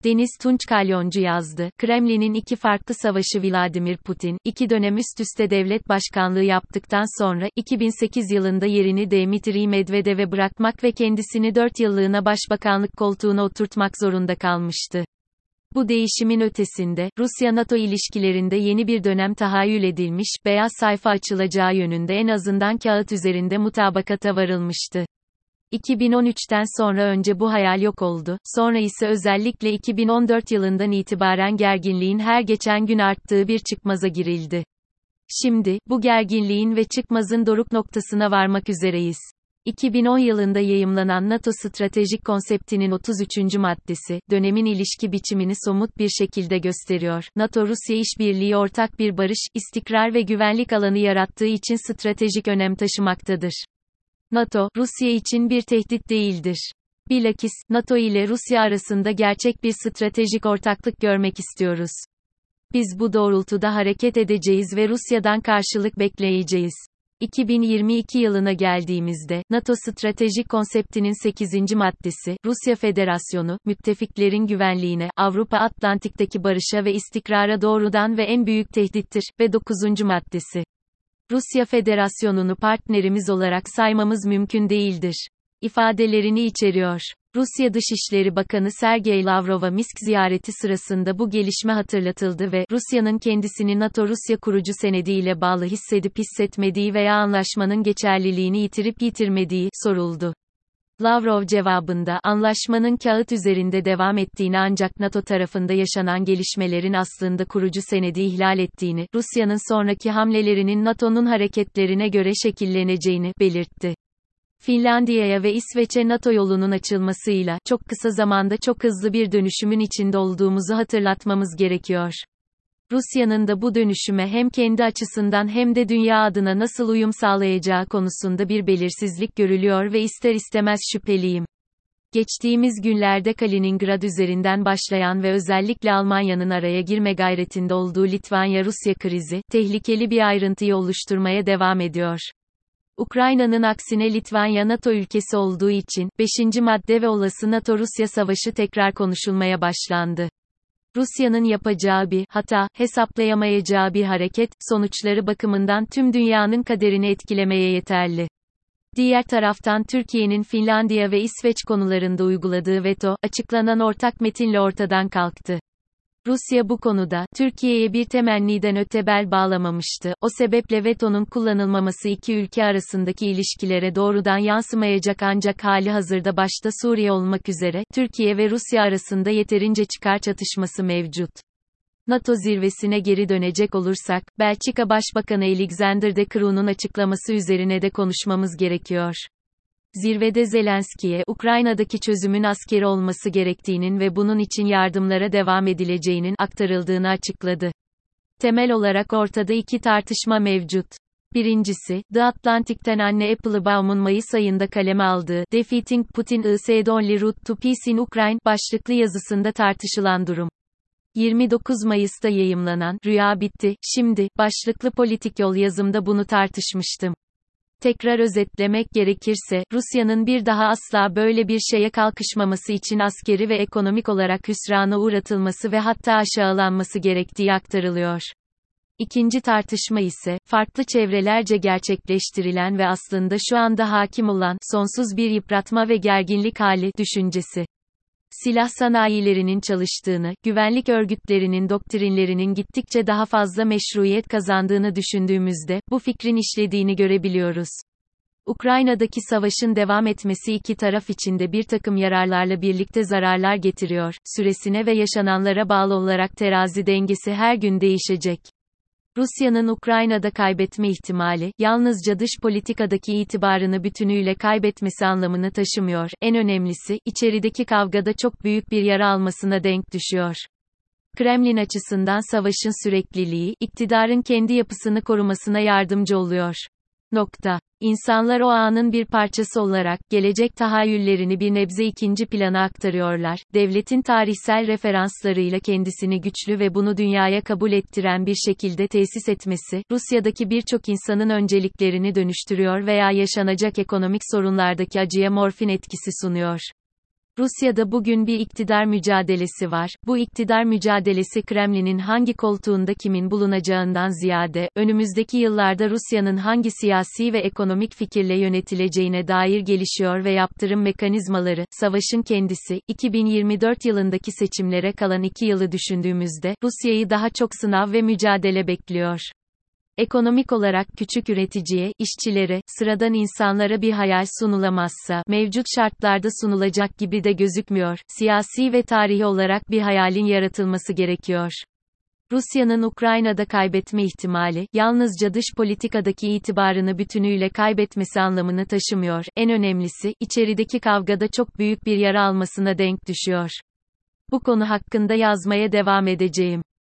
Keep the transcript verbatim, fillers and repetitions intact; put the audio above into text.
Deniz Tunç Kalyoncu yazdı. Kremlin'in iki farklı savaşı. Vladimir Putin, iki dönem üst üste devlet başkanlığı yaptıktan sonra, iki bin sekiz yılında yerini Dmitri Medvedev'e bırakmak ve kendisini dört yıllığına başbakanlık koltuğuna oturtmak zorunda kalmıştı. Bu değişimin ötesinde, Rusya-NATO ilişkilerinde yeni bir dönem tahayyül edilmiş, beyaz sayfa açılacağı yönünde en azından kağıt üzerinde mutabakata varılmıştı. iki bin on üçten sonra önce bu hayal yok oldu, sonra ise özellikle iki bin on dört yılından itibaren gerginliğin her geçen gün arttığı bir çıkmaza girildi. Şimdi, bu gerginliğin ve çıkmazın doruk noktasına varmak üzereyiz. iki bin on yılında yayımlanan NATO Stratejik Konseptinin otuz üçüncü maddesi, dönemin ilişki biçimini somut bir şekilde gösteriyor. NATO-Rusya işbirliği ortak bir barış, istikrar ve güvenlik alanı yarattığı için stratejik önem taşımaktadır. NATO, Rusya için bir tehdit değildir. Bilakis, NATO ile Rusya arasında gerçek bir stratejik ortaklık görmek istiyoruz. Biz bu doğrultuda hareket edeceğiz ve Rusya'dan karşılık bekleyeceğiz. iki bin yirmi iki yılına geldiğimizde, NATO Stratejik Konseptinin sekizinci maddesi, Rusya Federasyonu, müttefiklerin güvenliğine, Avrupa Atlantik'teki barışa ve istikrara doğrudan ve en büyük tehdittir, ve dokuzuncu maddesi. Rusya Federasyonu'nu partnerimiz olarak saymamız mümkün değildir ifadelerini içeriyor. Rusya Dışişleri Bakanı Sergey Lavrov'a Minsk ziyareti sırasında bu gelişme hatırlatıldı ve Rusya'nın kendisini NATO-Rusya kurucu senediyle bağlı hissedip hissetmediği veya anlaşmanın geçerliliğini yitirip yitirmediği soruldu. Lavrov cevabında, anlaşmanın kağıt üzerinde devam ettiğini ancak NATO tarafında yaşanan gelişmelerin aslında kurucu senedi ihlal ettiğini, Rusya'nın sonraki hamlelerinin NATO'nun hareketlerine göre şekilleneceğini belirtti. Finlandiya'ya ve İsveç'e NATO yolunun açılmasıyla, çok kısa zamanda çok hızlı bir dönüşümün içinde olduğumuzu hatırlatmamız gerekiyor. Rusya'nın da bu dönüşüme hem kendi açısından hem de dünya adına nasıl uyum sağlayacağı konusunda bir belirsizlik görülüyor ve ister istemez şüpheliyim. Geçtiğimiz günlerde Kaliningrad üzerinden başlayan ve özellikle Almanya'nın araya girme gayretinde olduğu Litvanya-Rusya krizi, tehlikeli bir ayrıntıyı oluşturmaya devam ediyor. Ukrayna'nın aksine Litvanya NATO ülkesi olduğu için, beşinci madde ve olası NATO-Rusya savaşı tekrar konuşulmaya başlandı. Rusya'nın yapacağı bir hata, hesaplayamayacağı bir hareket, sonuçları bakımından tüm dünyanın kaderini etkilemeye yeterli. Diğer taraftan Türkiye'nin Finlandiya ve İsveç konularında uyguladığı veto, açıklanan ortak metinle ortadan kalktı. Rusya bu konuda, Türkiye'ye bir temenniden öte bel bağlamamıştı, o sebeple vetonun kullanılmaması iki ülke arasındaki ilişkilere doğrudan yansımayacak ancak hali hazırda başta Suriye olmak üzere, Türkiye ve Rusya arasında yeterince çıkar çatışması mevcut. NATO zirvesine geri dönecek olursak, Belçika Başbakanı Alexander De Croo'nun açıklaması üzerine de konuşmamız gerekiyor. Zirvede Zelenski'ye, Ukrayna'daki çözümün askeri olması gerektiğinin ve bunun için yardımlara devam edileceğinin aktarıldığını açıkladı. Temel olarak ortada iki tartışma mevcut. Birincisi, The Atlantic'ten Anne Applebaum'un Mayıs ayında kaleme aldığı Defeating Putin is the only route to peace in Ukraine başlıklı yazısında tartışılan durum. yirmi dokuz Mayıs'ta yayımlanan Rüya Bitti, Şimdi başlıklı politik yol yazımda bunu tartışmıştım. Tekrar özetlemek gerekirse, Rusya'nın bir daha asla böyle bir şeye kalkışmaması için askeri ve ekonomik olarak hüsrana uğratılması ve hatta aşağılanması gerektiği aktarılıyor. İkinci tartışma ise, farklı çevrelerce gerçekleştirilen ve aslında şu anda hakim olan, sonsuz bir yıpratma ve gerginlik hali, düşüncesi. Silah sanayilerinin çalıştığını, güvenlik örgütlerinin doktrinlerinin gittikçe daha fazla meşruiyet kazandığını düşündüğümüzde, bu fikrin işlediğini görebiliyoruz. Ukrayna'daki savaşın devam etmesi iki taraf için de bir takım yararlarla birlikte zararlar getiriyor, süresine ve yaşananlara bağlı olarak terazi dengesi her gün değişecek. Rusya'nın Ukrayna'da kaybetme ihtimali, yalnızca dış politikadaki itibarını bütünüyle kaybetmesi anlamını taşımıyor, en önemlisi, içerideki kavgada çok büyük bir yara almasına denk düşüyor. Kremlin açısından savaşın sürekliliği, iktidarın kendi yapısını korumasına yardımcı oluyor. Nokta. İnsanlar o anın bir parçası olarak, gelecek tahayyüllerini bir nebze ikinci plana aktarıyorlar, devletin tarihsel referanslarıyla kendisini güçlü ve bunu dünyaya kabul ettiren bir şekilde tesis etmesi, Rusya'daki birçok insanın önceliklerini dönüştürüyor veya yaşanacak ekonomik sorunlardaki acıya morfin etkisi sunuyor. Rusya'da bugün bir iktidar mücadelesi var. Bu iktidar mücadelesi Kremlin'in hangi koltuğunda kimin bulunacağından ziyade, önümüzdeki yıllarda Rusya'nın hangi siyasi ve ekonomik fikirle yönetileceğine dair gelişiyor ve yaptırım mekanizmaları, savaşın kendisi, iki bin yirmi dört yılındaki seçimlere kalan iki yılı düşündüğümüzde, Rusya'yı daha çok sınav ve mücadele bekliyor. Ekonomik olarak küçük üreticiye, işçilere, sıradan insanlara bir hayal sunulamazsa, mevcut şartlarda sunulacak gibi de gözükmüyor, siyasi ve tarihi olarak bir hayalin yaratılması gerekiyor. Rusya'nın Ukrayna'da kaybetme ihtimali, yalnızca dış politikadaki itibarını bütünüyle kaybetmesi anlamını taşımıyor, en önemlisi, içerideki kavgada çok büyük bir yara almasına denk düşüyor. Bu konu hakkında yazmaya devam edeceğim.